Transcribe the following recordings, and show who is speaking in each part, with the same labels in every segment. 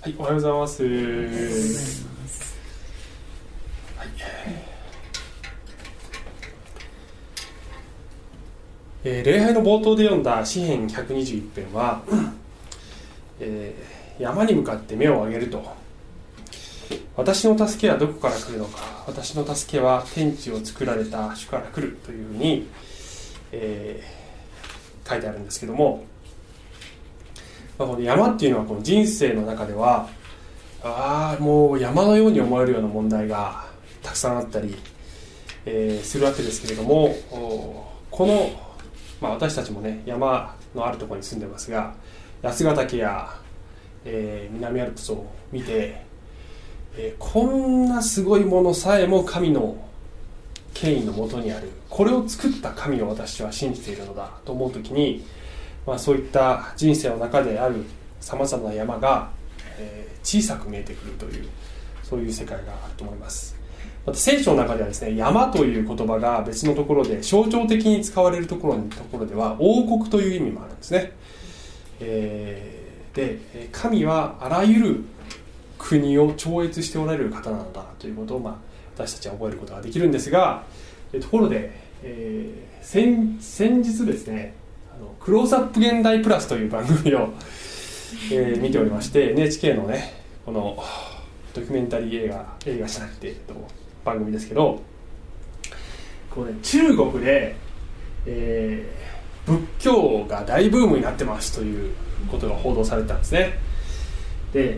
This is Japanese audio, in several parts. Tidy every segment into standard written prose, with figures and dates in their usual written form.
Speaker 1: はい、おはようございます。はい、礼拝の冒頭で読んだ詩編121編は、山に向かって目を上げると、私の助けはどこから来るのか、私の助けは天地を作られた主から来るというふうに、書いてあるんですけども、この山っていうのはこの人生の中ではもう山のように思えるような問題がたくさんあったり、するわけですけれども、この、私たちもね山のあるところに住んでますが、八ヶ岳や、南アルプスを見て、こんなすごいものさえも神の権威のもとにある、これを作った神を私は信じているのだと思うときに、そういった人生の中であるさまざまな山が、小さく見えてくるという、そういう世界があると思います。また聖書の中ではですね、山という言葉が別のところで象徴的に使われるところでは王国という意味もあるんですね。で、神はあらゆる国を超越しておられる方なのだということを、私たちは覚えることができるんですが、ところで、先日ですね、クローズアップ現代プラスという番組を、見ておりまして、 NHK のねこのドキュメンタリー映画じゃなくて、番組ですけど、こう、中国で、仏教が大ブームになってますということが報道されてたんですね。で、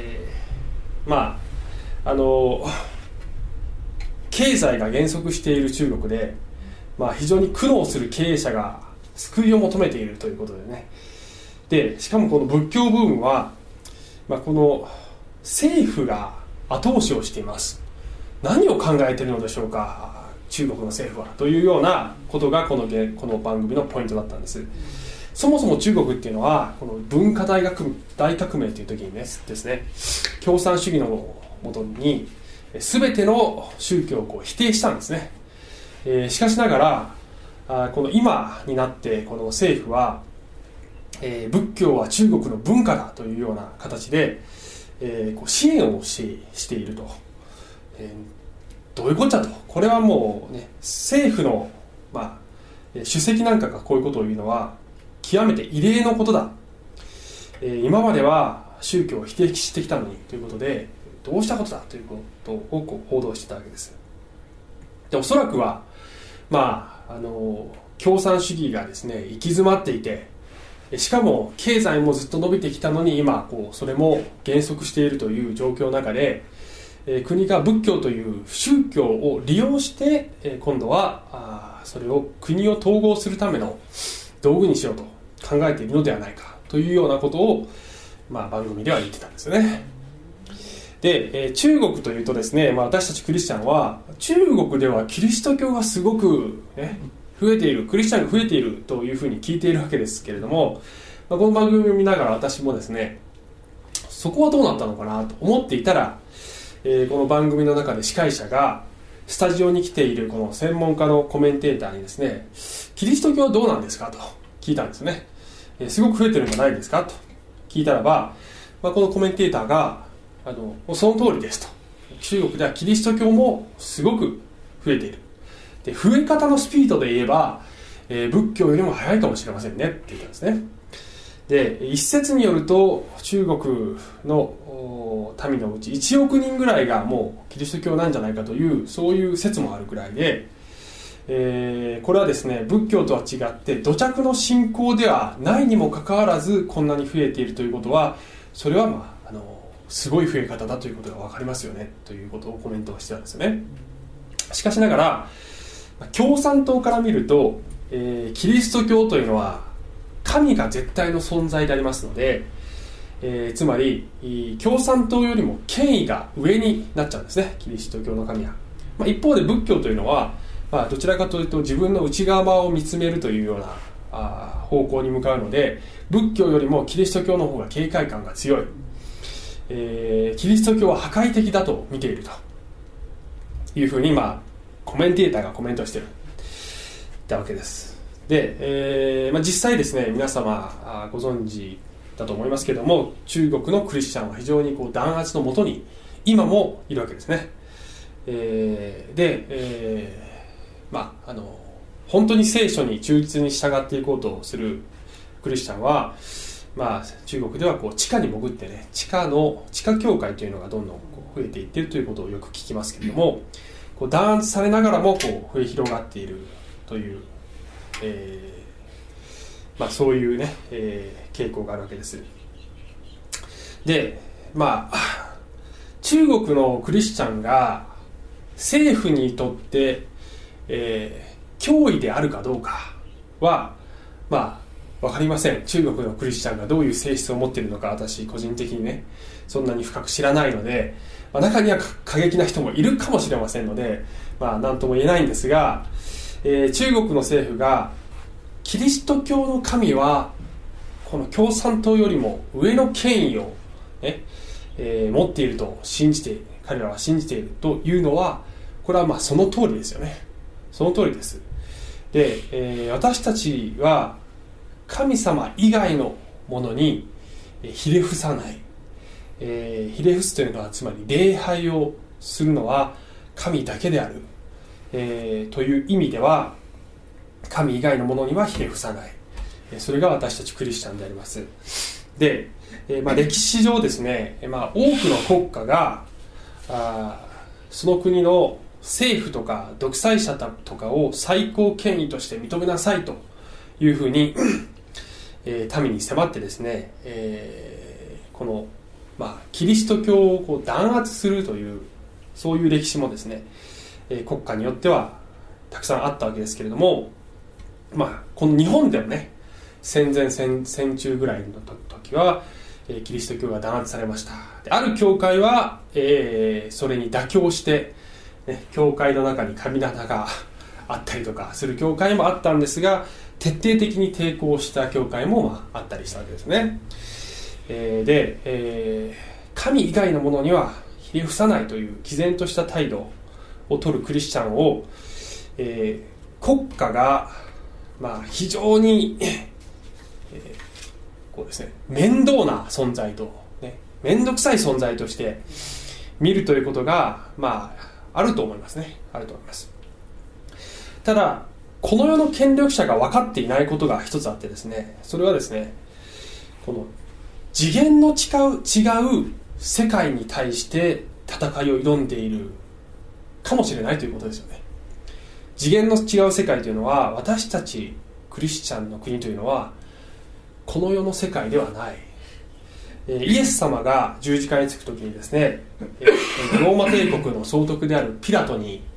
Speaker 1: 経済が減速している中国で、非常に苦悩する経営者が救いを求めているということでね。でしかもこの仏教ブームは、この政府が後押しをしています。何を考えているのでしょうか、中国の政府は、というようなことがこの番組のポイントだったんです。そもそも中国っていうのはこの文化大革命という時にですね、共産主義のもとに全ての宗教を否定したんですね。しかしながらこの今になってこの政府は、仏教は中国の文化だというような形で、支援をしていると、どういうこっちゃと。これはもうね、政府の、主席なんかがこういうことを言うのは極めて異例のことだ、今までは宗教を否定してきたのにということで、どうしたことだということを報道してたわけです。でおそらくは共産主義がですね行き詰まっていて、しかも経済もずっと伸びてきたのに今それも減速しているという状況の中で、国が仏教という宗教を利用して、今度はそれを国を統合するための道具にしようと考えているのではないかというようなことを、番組では言ってたんですよね。で、中国というとですね、私たちクリスチャンは中国ではキリスト教がすごく増えている、クリスチャンが増えているというふうに聞いているわけですけれども、この番組を見ながら私もですね、そこはどうなったのかなと思っていたら、この番組の中で司会者がスタジオに来ているこの専門家のコメンテーターにですね、キリスト教はどうなんですかと聞いたんですね。すごく増えてるんじゃないですかと聞いたらば、このコメンテーターがその通りですと、中国ではキリスト教もすごく増えている、で増え方のスピードで言えば、仏教よりも早いかもしれませんねって言ったんですね。で一説によると中国の民のうち1億人ぐらいがもうキリスト教なんじゃないかという、そういう説もあるくらいで、これはですね仏教とは違って土着の信仰ではないにもかかわらずこんなに増えているということは、それはすごい増え方だということが分かりますよねということをコメントをしてたんですよね。しかしながら共産党から見ると、キリスト教というのは神が絶対の存在でありますので、つまり共産党よりも権威が上になっちゃうんですね、キリスト教の神は。一方で仏教というのは、どちらかというと自分の内側を見つめるというような方向に向かうので、仏教よりもキリスト教の方が警戒感が強い、キリスト教は破壊的だと見ているというふうに、コメンテーターがコメントしているわけです。で、実際ですね、皆様ご存知だと思いますけども、中国のクリスチャンは非常に弾圧のもとに今もいるわけですね。本当に聖書に忠実に従っていこうとするクリスチャンは、中国では地下に潜ってね、地下教会というのがどんどん増えていっているということをよく聞きますけれども、弾圧されながらも増え広がっているという、そういうね、傾向があるわけです。で、中国のクリスチャンが政府にとって、脅威であるかどうかは分かりません。中国のクリスチャンがどういう性質を持っているのか、私個人的にねそんなに深く知らないので、中には過激な人もいるかもしれませんので、何とも言えないんですが、中国の政府がキリスト教の神はこの共産党よりも上の権威を、持っていると彼らは信じているというのは、これはその通りですよね。その通りです。で、私たちは神様以外のものにひれ伏さない、ひれ伏すというのはつまり礼拝をするのは神だけである、という意味では神以外のものにはひれ伏さない、それが私たちクリスチャンであります。で、歴史上ですね、多くの国家がその国の政府とか独裁者とかを最高権威として認めなさいというふうに民に迫ってですね、この、キリスト教を弾圧するというそういう歴史もですね、国家によってはたくさんあったわけですけれども、この日本でもね、戦前戦中ぐらいの時はキリスト教が弾圧されました。で、ある教会は、それに妥協して、教会の中に神棚があったりとかする教会もあったんですが、徹底的に抵抗した教会もあったりしたわけですね。神以外のものにはひれ伏さないという毅然とした態度を取るクリスチャンを、国家が非常に、ですね、面倒な存在と、面倒くさい存在として見るということがあると思いますね。あると思います。ただこの世の権力者が分かっていないことが一つあってですね、それはですね、この次元の違う世界に対して戦いを挑んでいるかもしれないということですよね。次元の違う世界というのは、私たちクリスチャンの国というのはこの世の世界ではない。イエス様が十字架につくときにですね、ローマ帝国の総督であるピラトに、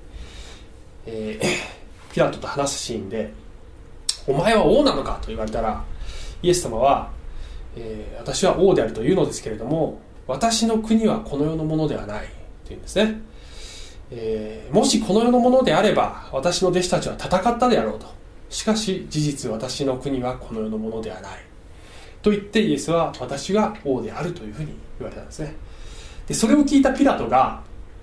Speaker 1: ピラトと話すシーンで、お前は王なのかと言われたら、イエス様は、私は王であるというのですけれども、私の国はこの世のものではないと言うんですね。もしこの世のものであれば私の弟子たちは戦ったであろうと。しかし事実私の国はこの世のものではないと言って、イエスは私が王であるというふうに言われたんですね。でそれを聞いたピラトが、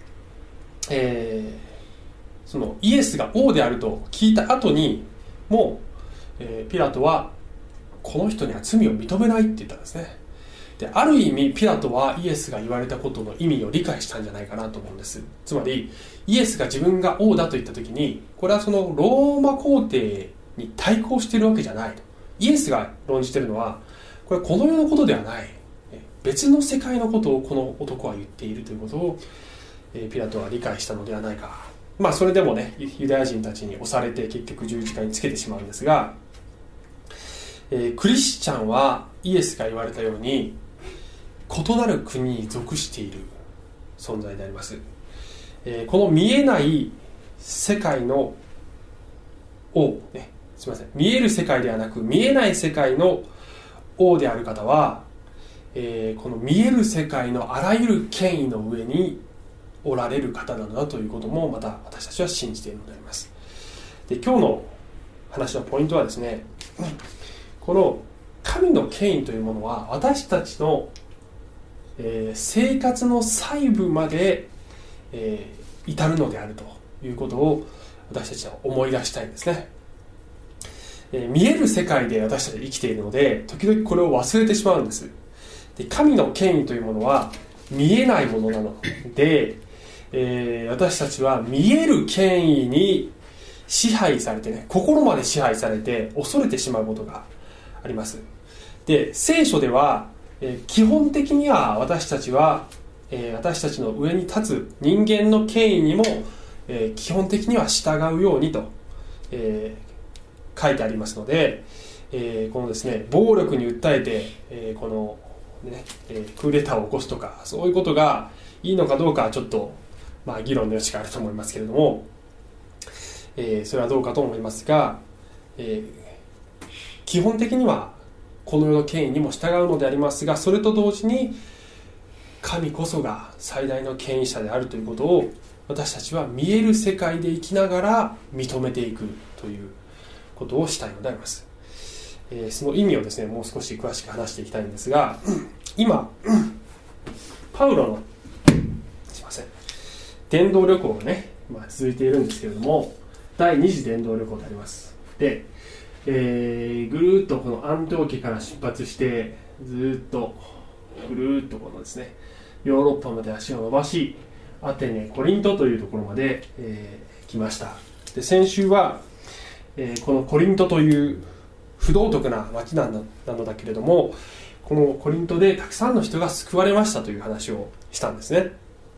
Speaker 1: そのイエスが王であると聞いた後にもう、ピラトはこの人には罪を認めないって言ったんですね。である意味ピラトはイエスが言われたことの意味を理解したんじゃないかなと思うんです。つまりイエスが自分が王だと言った時に、これはそのローマ皇帝に対抗しているわけじゃないと。イエスが論じているのは、これはこの世のことではない、別の世界のことをこの男は言っているということを、ピラトは理解したのではないか。それでもね、ユダヤ人たちに押されて結局十字架につけてしまうんですが、クリスチャンはイエスが言われたように異なる国に属している存在であります。この見えない世界の王、すみません、見える世界ではなく見えない世界の王である方は、この見える世界のあらゆる権威の上におられる方なのだということもまた私たちは信じているのであります。で今日の話のポイントはですね、この神の権威というものは私たちの、生活の細部まで、至るのであるということを私たちは思い出したいんですね。 見える世界で私たちは生きているので、時々これを忘れてしまうんです。で、神の権威というものは見えないものなので、私たちは見える権威に支配されてね、心まで支配されて恐れてしまうことがあります。で、聖書では、基本的には私たちは、私たちの上に立つ人間の権威にも、基本的には従うようにと、書いてありますので、このですね、暴力に訴えて、この、ね、クーデターを起こすとか、そういうことがいいのかどうかはちょっと、議論の余地があると思いますけれども、それはどうかと思いますが、基本的にはこの世の権威にも従うのでありますが、それと同時に神こそが最大の権威者であるということを私たちは見える世界で生きながら認めていくということをしたいのであります。その意味をですね、もう少し詳しく話していきたいんですが、今パウロの伝道旅行がね、続いているんですけれども、第2次伝道旅行であります。で、ぐるーっとこのアンテオキから出発してずっとぐるーっとこのですね、ヨーロッパまで足を伸ばし、アテネ、コリントというところまで、来ました。で、先週は、このコリントという不道徳な町なのだけれども、このコリントでたくさんの人が救われましたという話をしたんですね。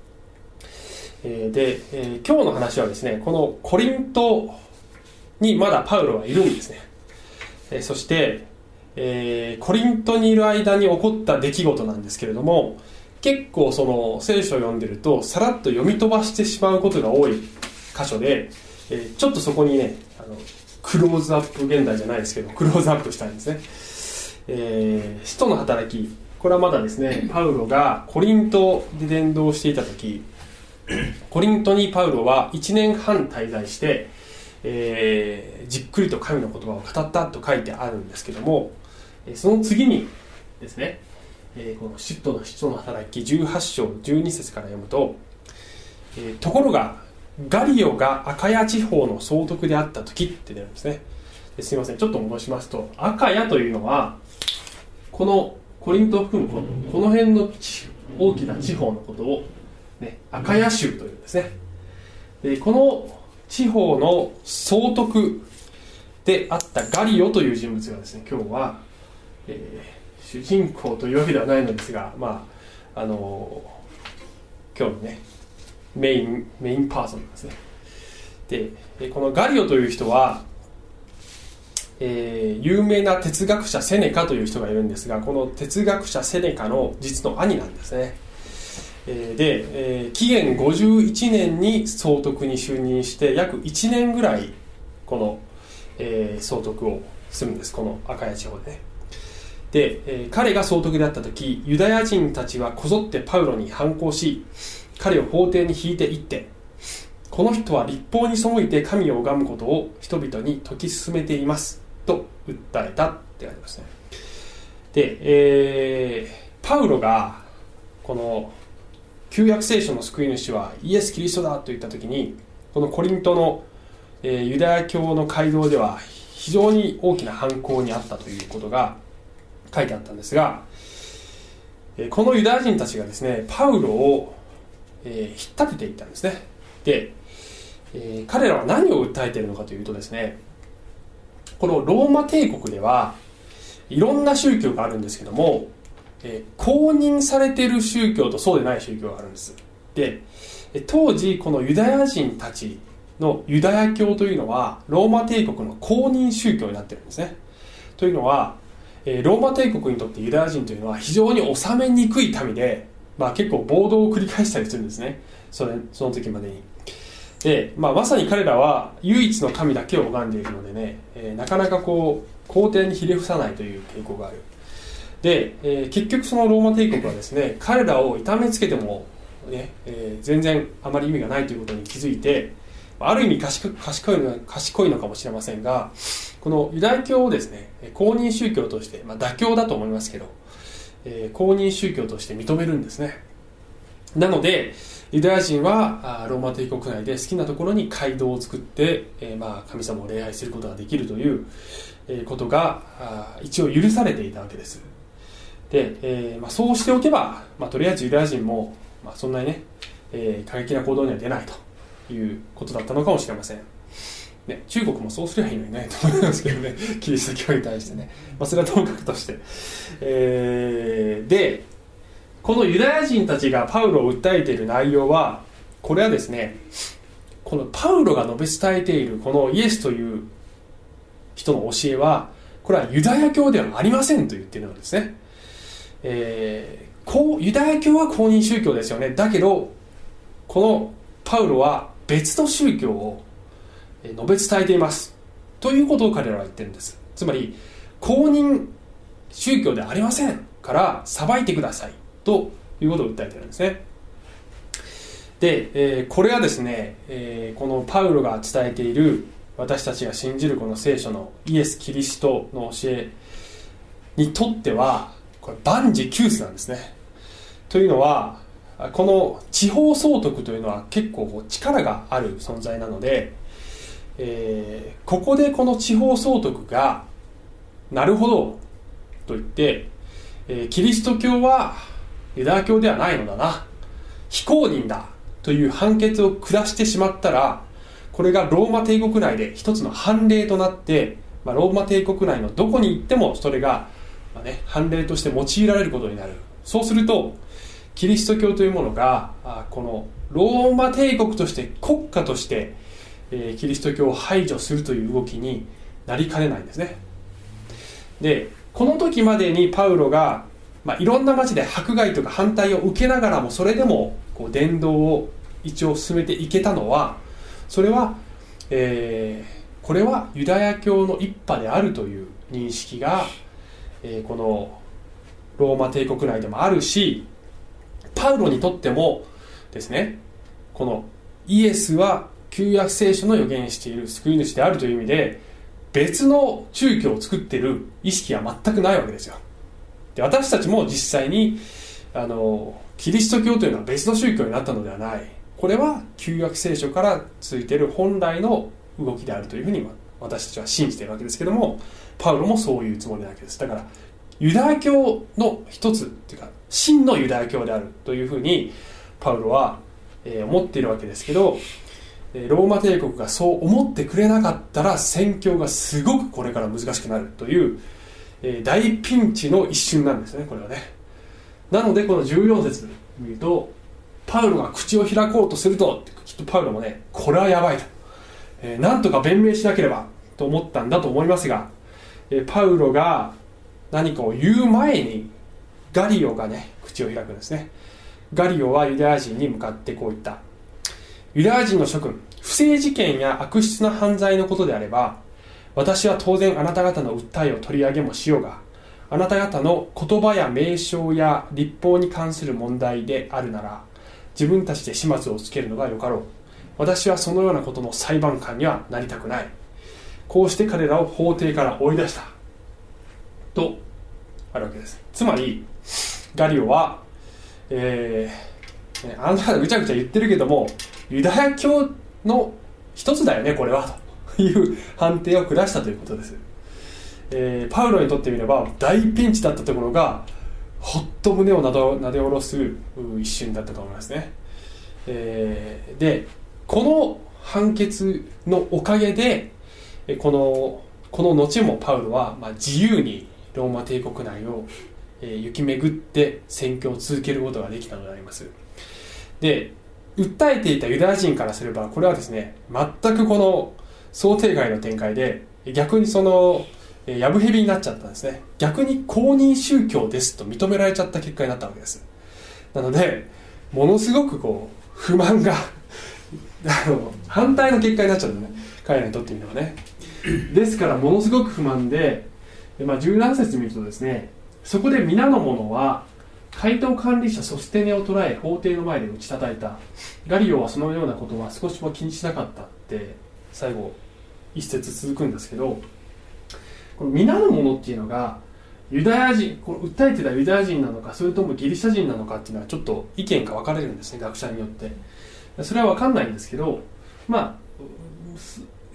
Speaker 1: で、今日の話はですね、このコリントにまだパウロはいるんですね。そして、コリントにいる間に起こった出来事なんですけれども、結構その聖書を読んでるとさらっと読み飛ばしてしまうことが多い箇所で、ちょっとそこにね、クローズアップ、現代じゃないですけどクローズアップしたいんですね。使徒の働き、これはまだですね、パウロがコリントで伝道していた時、コリントにパウロは1年半滞在して、じっくりと神の言葉を語ったと書いてあるんですけども、その次にですね、この使徒の働き18章12節から読むと、ところがガリオがアカヤ地方の総督であった時って出るんですね。すいません、ちょっと戻しますと、アカヤというのはこのコリントを含むこの辺の大きな地方のことをアカヤ州というんですね。で、この地方の総督であったガリオという人物がですね、今日は、主人公というわけではないのですが、今日のねメインパーソンなんですね。で、このガリオという人は、有名な哲学者セネカという人がいるんですが、この哲学者セネカの実の兄なんですね。で、紀元51年に総督に就任して約1年ぐらいこの、総督をするんです、このアカヤ地方でね。で、彼が総督であった時、ユダヤ人たちはこぞってパウロに反抗し、彼を法廷に引いていって、この人は立法に背いて神を拝むことを人々に説き進めていますと訴えたってありますね。で、パウロがこの旧約聖書の救い主はイエス・キリストだと言った時に、このコリントの、ユダヤ教の街道では非常に大きな反抗にあったということが書いてあったんですが、このユダヤ人たちがですね、パウロを、引っ立てていったんですね。で、彼らは何を訴えているのかというとですね、このローマ帝国ではいろんな宗教があるんですけども、公認されている宗教とそうでない宗教があるんです。で、当時このユダヤ人たちのユダヤ教というのはローマ帝国の公認宗教になっているんですね。というのは、ローマ帝国にとってユダヤ人というのは非常に治めにくい民で、結構暴動を繰り返したりするんですね、その時までに。で、まさに彼らは唯一の神だけを拝んでいるのでね、なかなか皇帝にひれ伏さないという傾向がある。で、結局そのローマ帝国はですね、彼らを痛めつけても、ね、全然あまり意味がないということに気づいて、ある意味賢いのかもしれませんが、このユダヤ教をですね、公認宗教として、妥協だと思いますけど、公認宗教として認めるんですね。なのでユダヤ人はローマ帝国内で好きなところに街道を作って、神様を礼拝することができるという、 ことが一応許されていたわけです。で、そうしておけば、とりあえずユダヤ人も、そんなにね、過激な行動には出ないということだったのかもしれません。ね、中国もそうすればいいのにねと思いますけどね、キリスト教に対してね、それはともかくとして、でこのユダヤ人たちがパウロを訴えている内容は、これはですね、このパウロが述べ伝えているこのイエスという人の教えは、これはユダヤ教ではありませんと言っているのですね。ユダヤ教は公認宗教ですよね。だけどこのパウロは別の宗教を述べ伝えていますということを彼らは言ってるんです。つまり公認宗教ではありませんから裁いてくださいということを訴えているんですね。で、これはですね、このパウロが伝えている私たちが信じるこの聖書のイエス・キリストの教えにとっては、これ万事休すなんですね。というのは、この地方総督というのは結構力がある存在なので、ここでこの地方総督がなるほどと言って、キリスト教はユダヤ教ではないのだな、非公認だという判決を下してしまったら、これがローマ帝国内で一つの判例となって、ローマ帝国内のどこに行ってもそれが、判例として用いられることになる。そうするとキリスト教というものがこのローマ帝国として国家として、キリスト教を排除するという動きになりかねないんですね。で、この時までにパウロが、いろんな町で迫害とか反対を受けながらも、それでも伝道を一応進めていけたのは、それは、これはユダヤ教の一派であるという認識が、このローマ帝国内でもあるし、パウロにとってもですね、このイエスは旧約聖書の予言している救い主であるという意味で、別の宗教を作っている意識は全くないわけですよ。で、私たちも実際にキリスト教というのは別の宗教になったのではない。これは旧約聖書から続いている本来の動きであるというふうに私たちは信じているわけですけども、パウロもそういうつもりなわけです。だからユダヤ教の一つというか、真のユダヤ教であるというふうにパウロは思っているわけですけど、ローマ帝国がそう思ってくれなかったら宣教がすごくこれから難しくなるという大ピンチの一瞬なんですね、これはね。なのでこの14節を見ると、パウロが口を開こうとすると、きっとパウロもね、これはやばいと、なんとか弁明しなければと思ったんだと思いますが、パウロが何かを言う前にガリオがね、口を開くんですね。ガリオはユダヤ人に向かってこう言った。ユダヤ人の諸君、不正事件や悪質な犯罪のことであれば、私は当然あなた方の訴えを取り上げもしようが、あなた方の言葉や名称や律法に関する問題であるなら、自分たちで始末をつけるのがよかろう。私はそのようなことの裁判官にはなりたくない。こうして彼らを法廷から追い出したとあるわけです。つまりガリオは、あなた方ぐちゃぐちゃ言ってるけども、ユダヤ教の一つだよねこれはという判定を下したということです。パウロにとってみれば大ピンチだったところが、ほっと胸をなで下ろす一瞬だったと思いますね。で、この判決のおかげでこの後もパウロは自由にローマ帝国内を行き巡って宣教を続けることができたのであります。で、訴えていたユダヤ人からすれば、これはですね、全くこの想定外の展開で、逆にそのやぶへびになっちゃったんですね。逆に公認宗教ですと認められちゃった結果になったわけです。なのでものすごく不満が反対の結果になっちゃうんだね、彼らにとってみればね。ですからものすごく不満で、17節見るとですね、そこで皆の者は街道管理者ソステネを捕らえ法廷の前で打ち叩いた。ガリオはそのようなことは少しも気にしなかったって最後一節続くんですけど、この皆の者っていうのがユダヤ人、この訴えてたユダヤ人なのか、それともギリシャ人なのかっていうのはちょっと意見が分かれるんですね、学者によって。それは分かんないんですけど、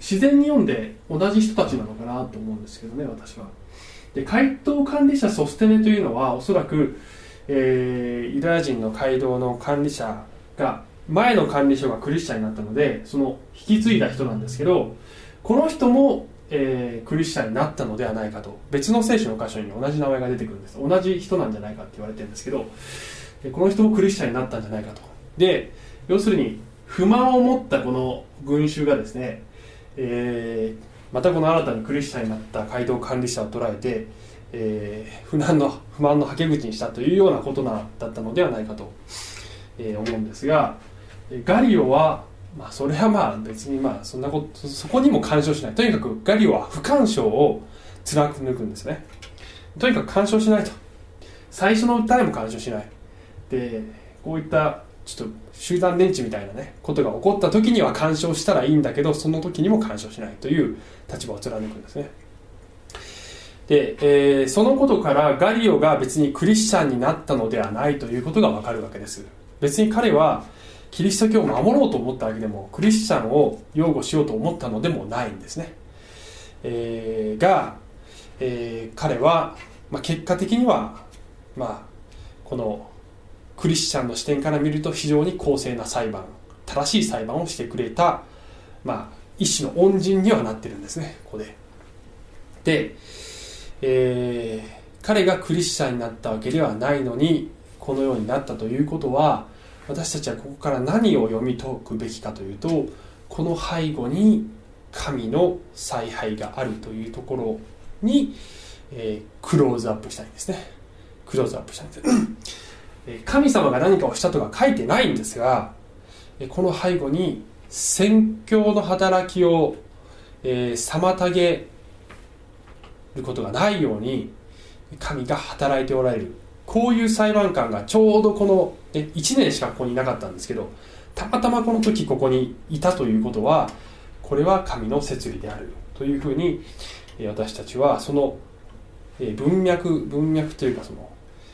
Speaker 1: 自然に読んで同じ人たちなのかなと思うんですけどね、私は。で、街道管理者ソステネというのはおそらく、ユダヤ人の街道の管理者が、前の管理者がクリスチャンになったのでその引き継いだ人なんですけど、この人も、クリスチャンになったのではないかと、別の聖書の箇所に同じ名前が出てくるんです。同じ人なんじゃないかって言われてるんですけど、この人もクリスチャンになったんじゃないかと。で、要するに不満を持ったこの群衆がですね、またこの新たにクリスチャンになった街道管理者を捉えて、不満のはけ口にしたというようなことだったのではないかと、思うんですが、ガリオは、それは別にそんなことそこにも干渉しない。とにかくガリオは不干渉を貫くんですね。とにかく干渉しないと。最初の訴えも干渉しない。で、こういったちょっと集団電池みたいなねことが起こった時には干渉したらいいんだけど、その時にも干渉しないという立場を貫くんですね。で、そのことからガリオが別にクリスチャンになったのではないということがわかるわけです。別に彼はキリスト教を守ろうと思ったわけでも、クリスチャンを擁護しようと思ったのでもないんですね。彼は、結果的には、このクリスチャンの視点から見ると非常に公正な裁判、正しい裁判をしてくれた、一種の恩人にはなってるんですね、ここで。で、彼がクリスチャンになったわけではないのにこのようになったということは、私たちはここから何を読み解くべきかというと、この背後に神の采配があるというところに、クローズアップしたいんですね。クローズアップしたいんです。神様が何かをしたとか書いてないんですが、この背後に宣教の働きを、妨げることがないように神が働いておられる、こういう裁判官がちょうどこの1年しかここにいなかったんですけど、たまたまこの時ここにいたということは、これは神の摂理であるというふうに、私たちはその文脈というか、その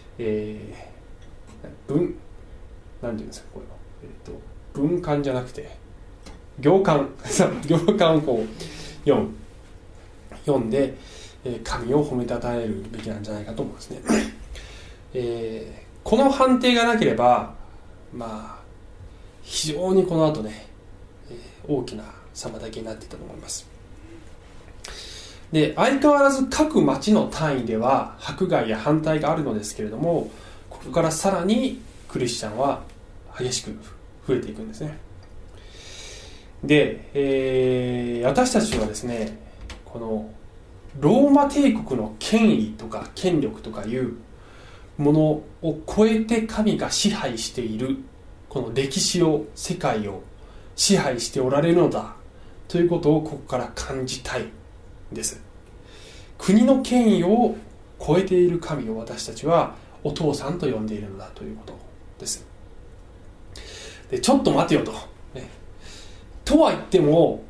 Speaker 1: なんていうんですか、これは文官じゃなくて行間をこう読んで神を褒めたたえるべきなんじゃないかと思うんですね。この判定がなければ、非常にこの後ね、大きな妨げになっていたと思います。で、相変わらず各町の単位では迫害や反対があるのですけれども、ここからさらにクリスチャンは激しく増えていくんですね。で、私たちはですね、このローマ帝国の権威とか権力とかいうものを超えて神が支配している、この歴史を、世界を支配しておられるのだということをここから感じたいんです。国の権威を超えている神を私たちはお父さんと呼んでいるのだということです。で、ちょっと待てよと、とは言っても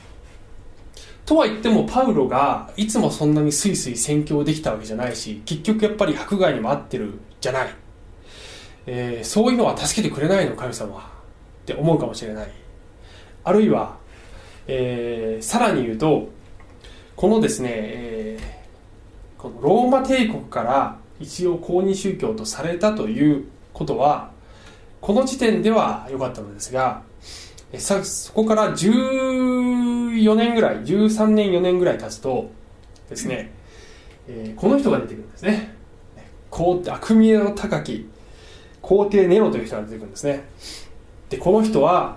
Speaker 1: パウロがいつもそんなにスイスイ宣教できたわけじゃないし、結局やっぱり迫害にも遭ってるじゃない、そういうのは助けてくれないの神様って思うかもしれない。あるいは、さらに言うと、このですね、このローマ帝国から一応公認宗教とされたということはこの時点では良かったのですが、そこから14年ぐらい、13年4年ぐらい経つとですね、この人が出てくるんですね。悪名の高き皇帝ネロという人が出てくるんですね。で、この人は、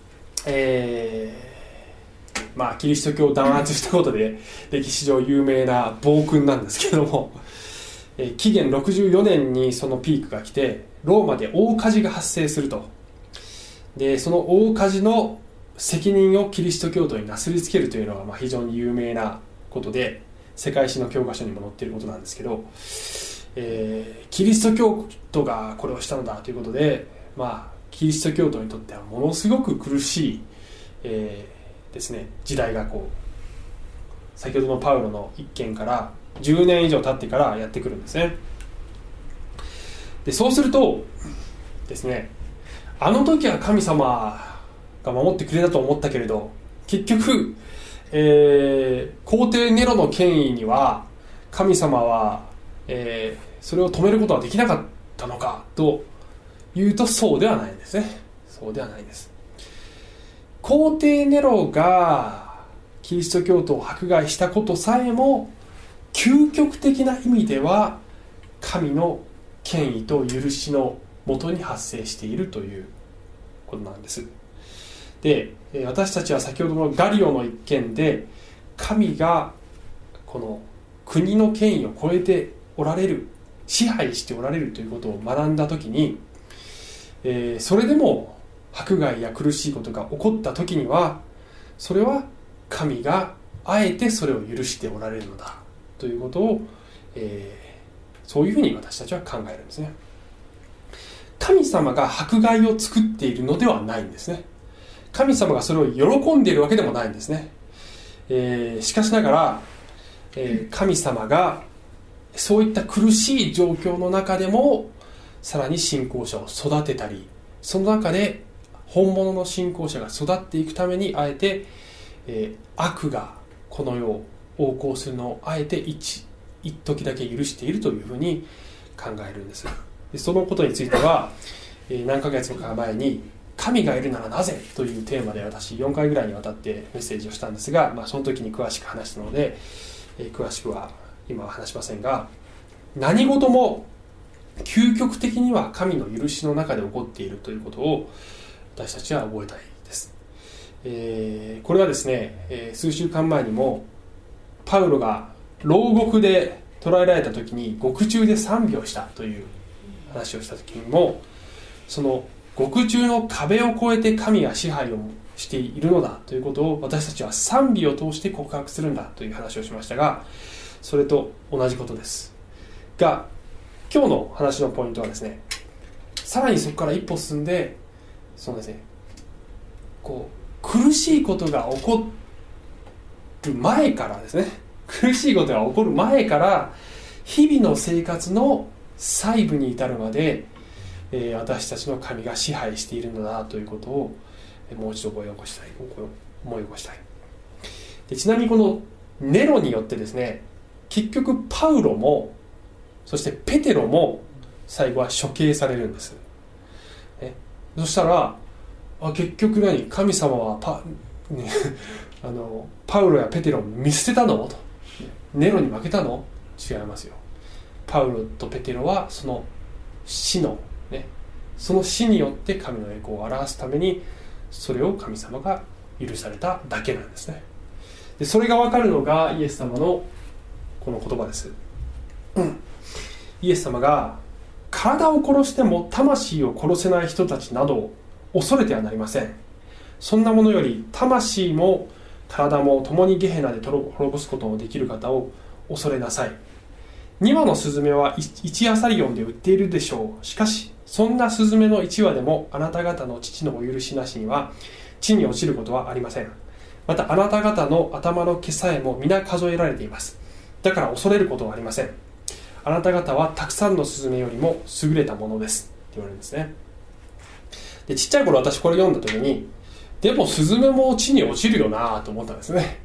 Speaker 1: キリスト教を弾圧したことで歴史上有名な暴君なんですけども、紀元64年にそのピークが来て、ローマで大火事が発生すると。で、その大火事の責任をキリスト教徒になすりつけるというのが非常に有名なことで、世界史の教科書にも載っていることなんですけど、キリスト教徒がこれをしたのだということで、キリスト教徒にとってはものすごく苦しい、ですね、時代が先ほどのパウロの一件から10年以上経ってからやってくるんですね。で、そうするとですね、あの時は神様が守ってくれたと思ったけれど、結局、 皇帝ネロの権威には神様は、それを止めることはできなかったのかというと、そうではないんですね。そうではないです。皇帝ネロがキリスト教徒を迫害したことさえも、究極的な意味では神の権威と許しのもとに発生しているということなんです。で、私たちは先ほどのガリオの一件で、神がこの国の権威を超えておられる、支配しておられるということを学んだときに、それでも迫害や苦しいことが起こったときには、それは神があえてそれを許しておられるのだということを、そういうふうに私たちは考えるんですね。神様が迫害を作っているのではないんですね。神様がそれを喜んでいるわけでもないんですね。しかしながら、神様がそういった苦しい状況の中でもさらに信仰者を育てたり、その中で本物の信仰者が育っていくためにあえて、悪がこの世を横行するのをあえて一時だけ許しているというふうに考えるんです。でそのことについては、何ヶ月か前に神がいるならなぜというテーマで私4回ぐらいにわたってメッセージをしたんですが、その時に詳しく話したので、詳しくは今は話しませんが、何事も究極的には神の許しの中で起こっているということを私たちは覚えたいです。これはですね、数週間前にもパウロが牢獄で捕らえられた時に獄中で賛美をしたという話をした時にも、その獄中の壁を越えて神が支配をしているのだということを私たちは賛美を通して告白するんだという話をしましたが、それと同じことですが、今日の話のポイントはですね、さらにそこから一歩進んで、そうですね、苦しいことが起こる前からですね、苦しいことが起こる前から日々の生活の細部に至るまで、私たちの神が支配しているのだということをもう一度思い起こしたい。でちなみにこのネロによってですね、結局パウロもそしてペテロも最後は処刑されるんです。そしたら結局神様はパウロやペテロを見捨てたのと、ネロに負けたの？違いますよ。パウロとペテロはその死によって神の栄光を表すために、それを神様が許されただけなんですね。でそれが分かるのがイエス様のこの言葉です。イエス様が体を殺しても魂を殺せない人たちなどを恐れてはなりません。そんなものより魂も体も共にゲヘナで滅ぼすことのできる方を恐れなさい。2羽のスズメは1アサリオンで売っているでしょう。しかしそんなスズメの1羽でもあなた方の父のお許しなしには地に落ちることはありません。またあなた方の頭の毛さえも皆数えられています。だから恐れることはありません。あなた方はたくさんのスズメよりも優れたものですって言われるんですね。でちっちゃい頃私これ読んだ時に、でもスズメも地に落ちるよなと思ったんですね。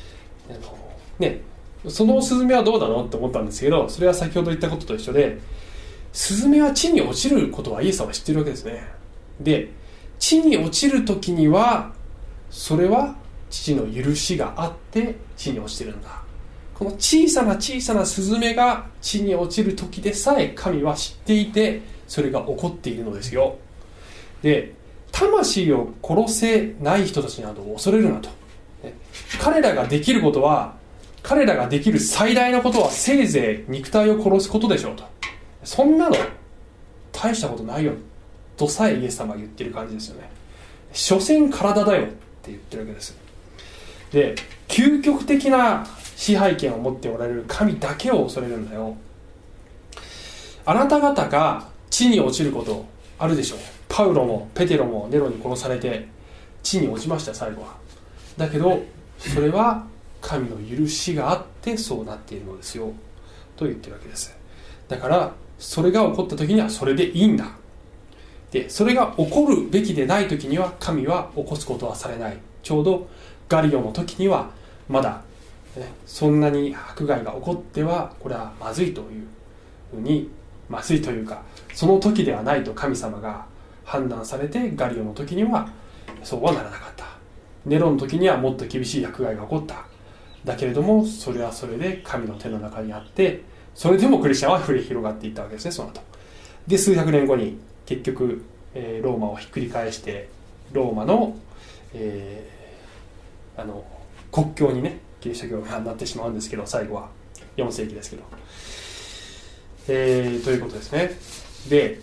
Speaker 1: そのスズメはどうなのって思ったんですけど、それは先ほど言ったことと一緒で、スズメは地に落ちることはイエス様は知ってるわけですね。で地に落ちる時にはそれは父の許しがあって地に落ちてるんだ。この小さなスズメが地に落ちる時でさえ神は知っていて、それが起こっているのですよ。で魂を殺せない人たちなどを恐れるなと、彼らができることは、彼らができる最大のことはせいぜい肉体を殺すことでしょうと。そんなの大したことないよとさえイエス様は言ってる感じですよね。所詮体だよって言ってるわけです。で究極的な支配権を持っておられる神だけを恐れるんだよ。あなた方が地に落ちることあるでしょう。パウロもペテロもネロに殺されて地に落ちました、最後は。だけどそれは神の許しがあってそうなっているのですよと言ってるわけです。だからそれが起こった時にはそれでいいんだ。でそれが起こるべきでない時には神は起こすことはされない。ちょうどガリオの時にはまだ、そんなに迫害が起こってはこれはまずいというふうに、まずいというかその時ではないと神様が判断されて、ガリオの時にはそうはならなかった。ネロの時にはもっと厳しい迫害が起こった。だけれどもそれはそれで神の手の中にあって、それでもクリスチャンは触れ広がっていったわけですね。その後で数百年後に結局、ローマをひっくり返して、ローマの、国境にねキリスト教がなってしまうんですけど、最後は4世紀ですけど、ということですね。で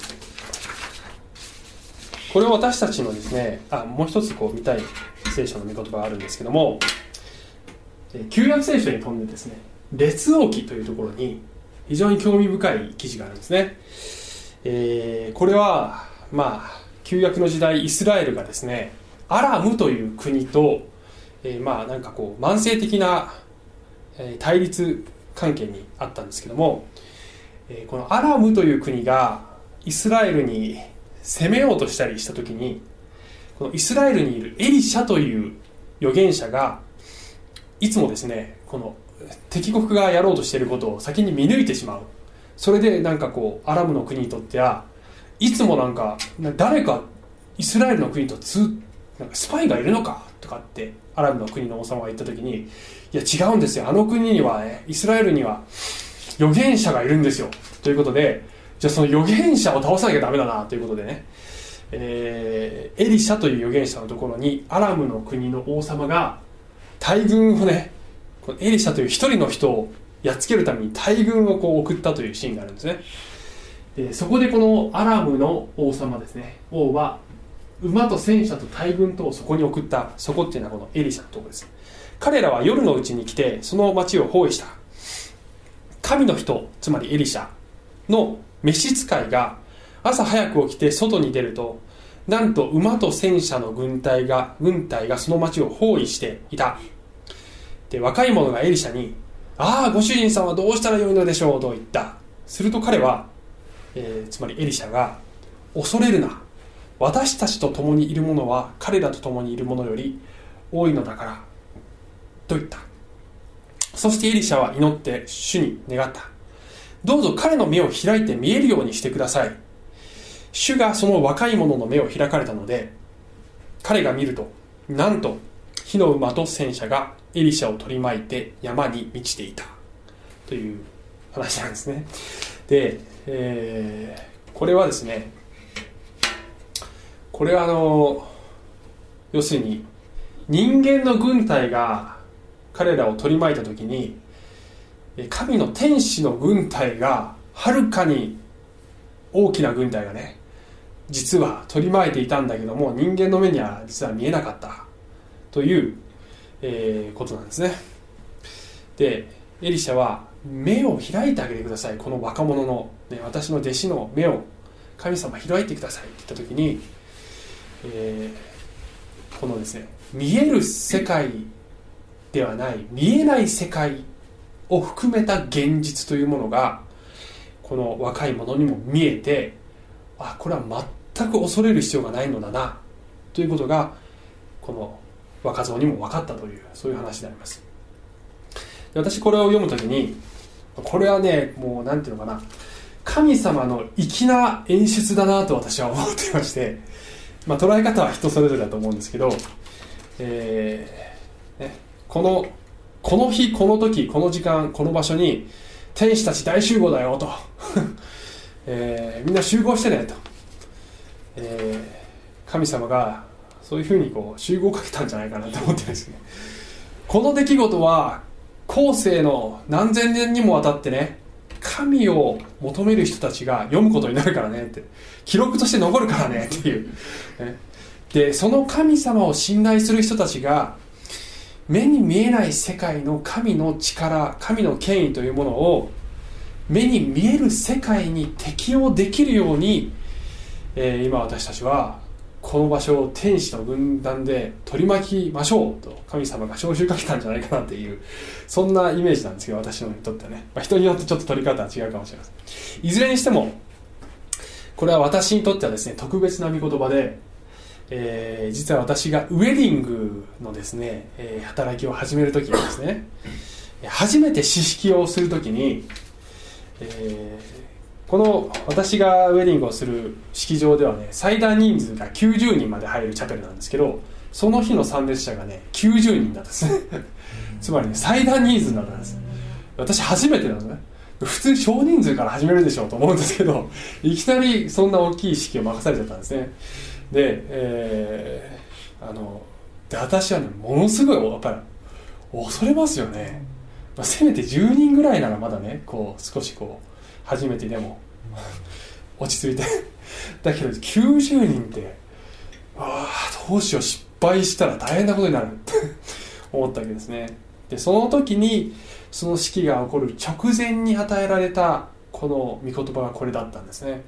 Speaker 1: これを私たちのですね、もう一つ見たい聖書の御言葉があるんですけども、旧約聖書に飛んでですね、列王記というところに非常に興味深い記事があるんですね。これは旧約の時代イスラエルがですね、アラムという国と、慢性的な対立関係にあったんですけども、このアラムという国がイスラエルに攻めようとしたりしたときに、このイスラエルにいるエリシャという預言者がいつもですね、この敵国がやろうとしていることを先に見抜いてしまう。それでアラムの国にとってはいつも誰かイスラエルの国とスパイがいるのかとかってアラブの国の王様が言った時に、いや違うんですよ、あの国にはね、イスラエルには預言者がいるんですよということで、じゃあその預言者を倒さなきゃダメだなということでね、エリシャという預言者のところにアラムの国の王様が大軍をね、このエリシャという一人の人をやっつけるために大軍を送ったというシーンがあるんですね。でそこでこのアラムの王様ですね、王は馬と戦車と大軍とそこに送った。そこっていうのはこのエリシャのところです。彼らは夜のうちに来てその町を包囲した。神の人、つまりエリシャの召使いが朝早く起きて外に出ると、なんと馬と戦車の軍隊がその町を包囲していた。で若い者がエリシャに、ご主人さんはどうしたらよいのでしょうと言った。すると彼は、つまりエリシャが、恐れるな、私たちと共にいる者は彼らと共にいる者より多いのだからと言った。そしてエリシャは祈って主に願った。どうぞ彼の目を開いて見えるようにしてください。主がその若い者の目を開かれたので、彼が見ると、なんと火の馬と戦車がエリシャを取り巻いて山に満ちていたという話なんですね。で、これはですね、これは要するに人間の軍隊が彼らを取り巻いたときに、神の天使の軍隊がはるかに大きな軍隊がね、実は取り巻いていたんだけども、人間の目には実は見えなかったという、ことなんですね。でエリシャは、目を開いてあげてください、この若者の、私の弟子の目を神様開いてくださいって言ったときに、このですね、見える世界ではない見えない世界を含めた現実というものがこの若い者にも見えて、これは全く恐れる必要がないのだなということがこの若造にも分かったという、そういう話であります。で私これを読むときに、これはね、もうなんていうのかな、神様の粋な演出だなと私は思っていまして、捉え方は人それぞれだと思うんですけど、この日この時この時間この場所に天使たち大集合だよと、みんな集合してねと、神様がそういうふうに集合かけたんじゃないかなと思ってですね、この出来事は後世の何千年にもわたってね、神を求める人たちが読むことになるからねって、記録として残るからねっていう、でその神様を信頼する人たちが目に見えない世界の神の力、神の権威というものを目に見える世界に適用できるように、今私たちはこの場所を天使の軍団で取り巻きましょうと神様が召集かけたんじゃないかなっていう、そんなイメージなんですけど、私のにとってはね、人によってちょっと取り方は違うかもしれません。いずれにしてもこれは私にとってはですね、特別な御言葉で、 実は私がウェディングのですね、働きを始めるときにですね、初めて詩式をするときに、この私がウェディングをする式場ではね、最大人数が90人まで入るチャペルなんですけど、その日の参列者がね90人なんですつまりね最大人数なんです。私初めてなんですね。普通少人数から始めるでしょうと思うんですけど、いきなりそんな大きい式を任されちゃったんですね。で、で私はねものすごいやっぱり恐れますよね。せめて10人ぐらいならまだね、こう少しこう初めてでも落ち着いてだけど90人ってどうしよう、失敗したら大変なことになるって思ったわけですね。でその時にその式が起こる直前に与えられたこの御言葉がこれだったんですね。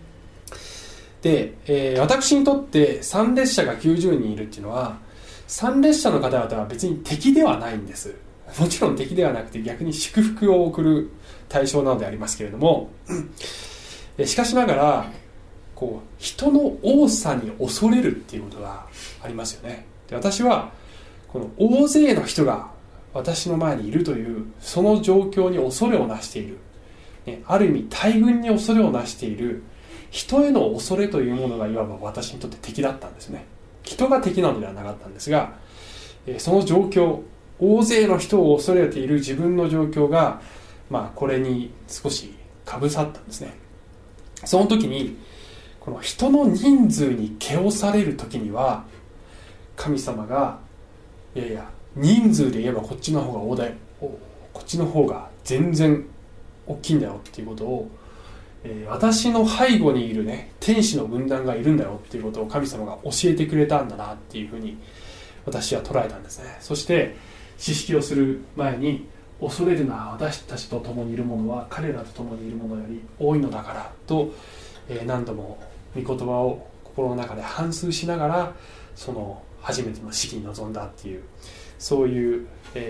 Speaker 1: で、私にとって参列者が90人いるっていうのは、参列者の方々は別に敵ではないんです。もちろん敵ではなくて逆に祝福を送る対象なのでありますけれどもしかしながらこう人の多さに恐れるっていうことがありますよね。で私はこの大勢の人が私の前にいるというその状況に恐れをなしている、ある意味大軍に恐れをなしている人への恐れというものがいわば私にとって敵だったんですね。人が敵なのではなかったんですが、その状況、大勢の人を恐れている自分の状況が、これに少しかぶさったんですね。その時にこの人の人数に気をされる時には神様がいや人数で言えばこっちの方が大だよ、こっちの方が全然大きいんだよっていうことを、私の背後にいるね天使の軍団がいるんだよっていうことを神様が教えてくれたんだなっていうふうに私は捉えたんですね。そして詩式をする前に、恐れるな、私たちと共にいる者は彼らと共にいる者より多いのだからと、何度も御言葉を心の中で反芻しながらその初めての式に臨んだっていう、そういう、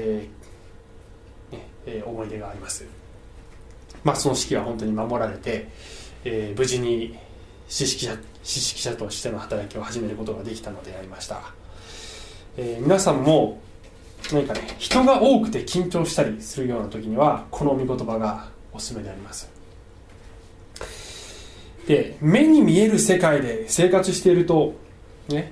Speaker 1: 思い出があります。その式は本当に守られて、無事に詩式者としての働きを始めることができたのでありました。皆さんも何かね人が多くて緊張したりするような時にはこの御言葉がおすすめであります。で目に見える世界で生活しているとね、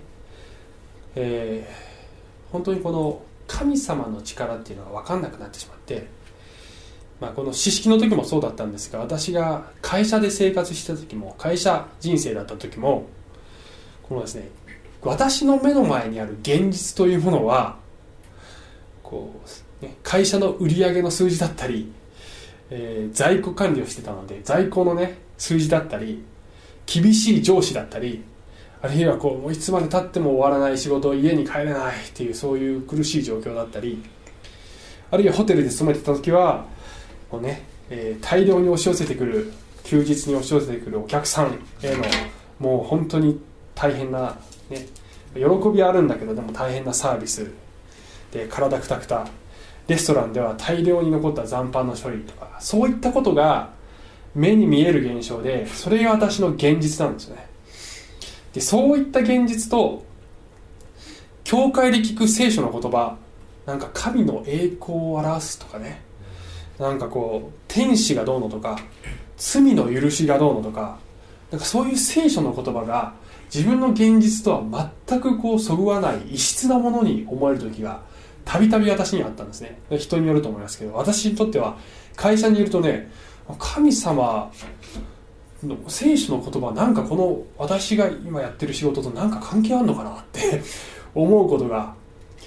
Speaker 1: 本当にこの神様の力っていうのが分かんなくなってしまって、この詩式の時もそうだったんですが、私が会社で生活した時も会社人生だった時もこのですね、私の目の前にある現実というものはこう、会社の売上の数字だったり、在庫管理をしてたので在庫のね数字だったり、厳しい上司だったり、あるいはもういつまで経っても終わらない仕事を家に帰れないっていうそういう苦しい状況だったり、あるいはホテルで勤めてた時はこう大量に押し寄せてくる、休日に押し寄せてくるお客さんへのもう本当に大変な、喜びはあるんだけどでも大変なサービスで、体くたくた、レストランでは大量に残った残飯の処理とか、そういったことが目に見える現象で、それが私の現実なんですよね。でそういった現実と教会で聞く聖書の言葉、なんか神の栄光を表すとかね、なんか天使がどうのとか罪の許しがどうのとか、なんかそういう聖書の言葉が自分の現実とは全くそぐわない異質なものに思える時がたびたび私にあったんですね。人によると思いますけど、私にとっては会社にいるとね、神様の聖書の言葉なんかこの私が今やってる仕事となんか関係あるのかなって思うことが、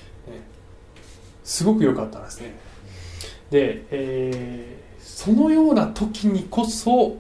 Speaker 1: すごく良かったんですね。で、そのような時にこそ、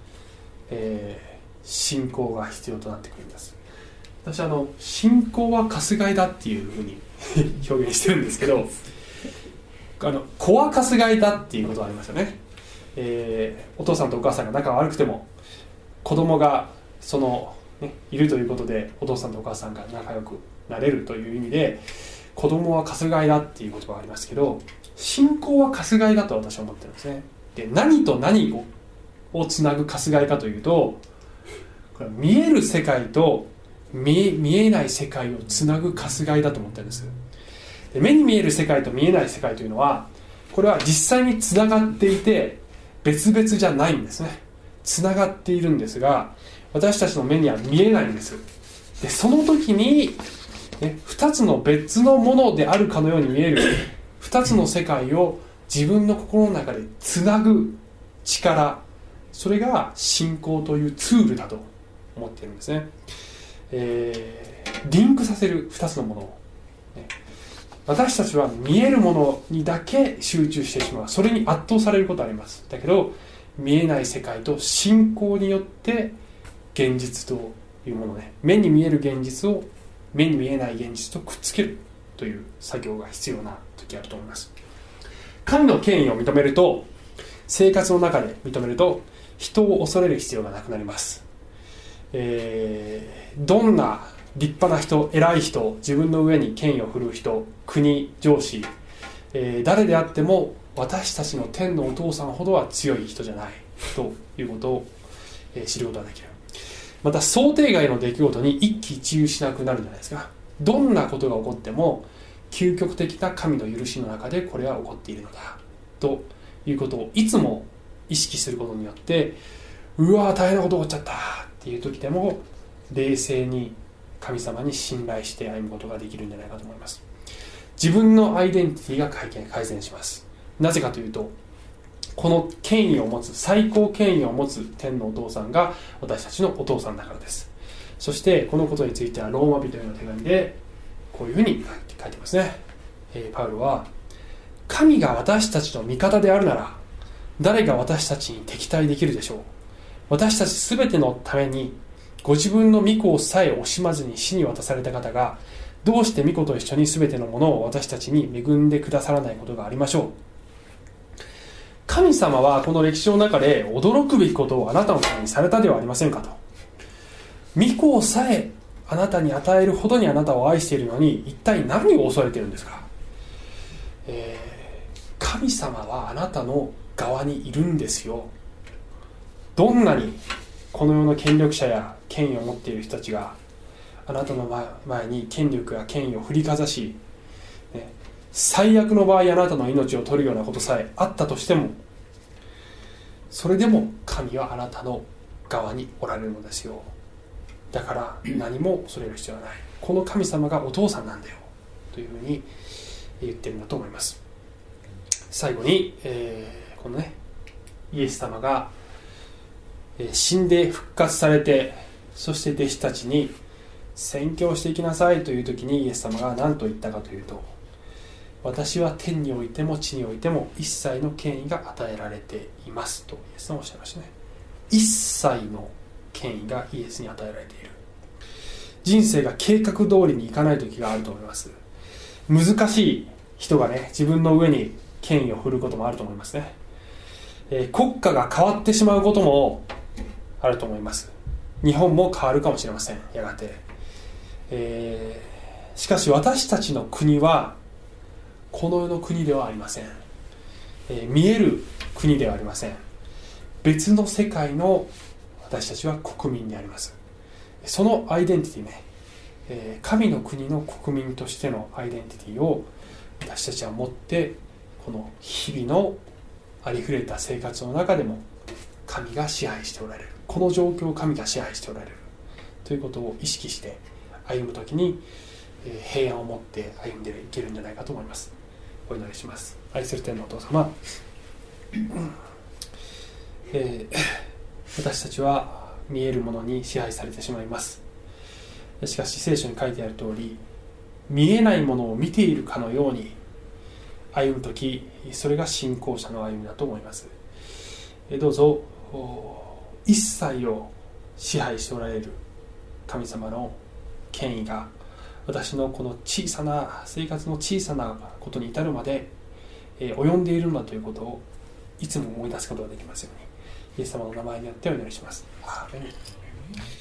Speaker 1: 信仰が必要となってくるんです。私信仰はかすがいだっていうふうに表現してるんですけど、子はかすがいだっていうことがありますよね。お父さんとお母さんが仲悪くても子供がいるということでお父さんとお母さんが仲良くなれるという意味で、子供はかすがいだっていう言葉がありますけど、信仰はかすがいだと私は思ってるんですね。で何と何をつなぐかすがいかというと、見える世界と見えない世界をつなぐかすがいだと思ってるんです。で、目に見える世界と見えない世界というのは、これは実際につながっていて別々じゃないんですね。つながっているんですが、私たちの目には見えないんです。で、その時に、2つの別のものであるかのように見える2つの世界を自分の心の中でつなぐ力、それが信仰というツールだと思っているんですね。リンクさせる2つのものを、私たちは見えるものにだけ集中してしまう。それに圧倒されることはあります。だけど見えない世界と信仰によって現実というものね、目に見える現実を目に見えない現実とくっつけるという作業が必要な時あると思います。神の権威を認めると、生活の中で認めると、人を恐れる必要がなくなります。どんな立派な人、偉い人、自分の上に権威を振るう人、国、上司、誰であっても私たちの天のお父さんほどは強い人じゃないということを、知ることができる。また想定外の出来事に一喜一憂しなくなるんじゃないですか。どんなことが起こっても究極的な神の許しの中でこれは起こっているのだということをいつも意識することによって、うわー大変なこと起こっちゃったっていう時でも冷静に神様に信頼して歩むことができるんじゃないかと思います。自分のアイデンティティが改善します。なぜかというと、この権威を持つ、最高権威を持つ天のお父さんが私たちのお父さんだからです。そしてこのことについてはローマ人への手紙でこういうふうに書いてますね。パウロは、神が私たちの味方であるなら誰が私たちに敵対できるでしょう。私たちすべてのためにご自分の御子をさえ惜しまずに死に渡された方が、どうして御子と一緒にすべてのものを私たちに恵んでくださらないことがありましょう。神様はこの歴史の中で驚くべきことをあなたのためにされたではありませんかと。御子をさえあなたに与えるほどにあなたを愛しているのに、一体何を恐れているんですか。神様はあなたの側にいるんですよ。どんなにこの世の権力者や権威を持っている人たちがあなたの前に権力や権威を振りかざし、最悪の場合あなたの命を取るようなことさえあったとしても、それでも神はあなたの側におられるのですよ。だから何も恐れる必要はない。この神様がお父さんなんだよというふうに言ってるんだと思います。最後に、このね、イエス様が死んで復活されて、そして弟子たちに宣教していきなさいという時にイエス様が何と言ったかというと、私は天においても地においても一切の権威が与えられていますとイエス様はおっしゃいましたね。一切の権威がイエスに与えられている。人生が計画通りにいかない時があると思います。難しい人がね、自分の上に権威を振ることもあると思いますね。国家が変わってしまうこともあると思います。日本も変わるかもしれません、やがて。しかし私たちの国はこの世の国ではありません。見える国ではありません。別の世界の私たちは国民であります。そのアイデンティティね、神の国の国民としてのアイデンティティを私たちは持って、この日々のありふれた生活の中でも神が支配しておられる、この状況を神が支配しておられるということを意識して歩むときに、平安を持って歩んでいけるんじゃないかと思います。お祈りします。愛する天のお父様、私たちは見えるものに支配されてしまいます。しかし聖書に書いてある通り、見えないものを見ているかのように歩むとき、それが信仰者の歩みだと思います。どうぞ一切を支配しておられる神様の権威が私のこの小さな生活の小さなことに至るまで及んでいるんだということをいつも思い出すことができますように、イエス様の名前によってお祈りします。アーメン。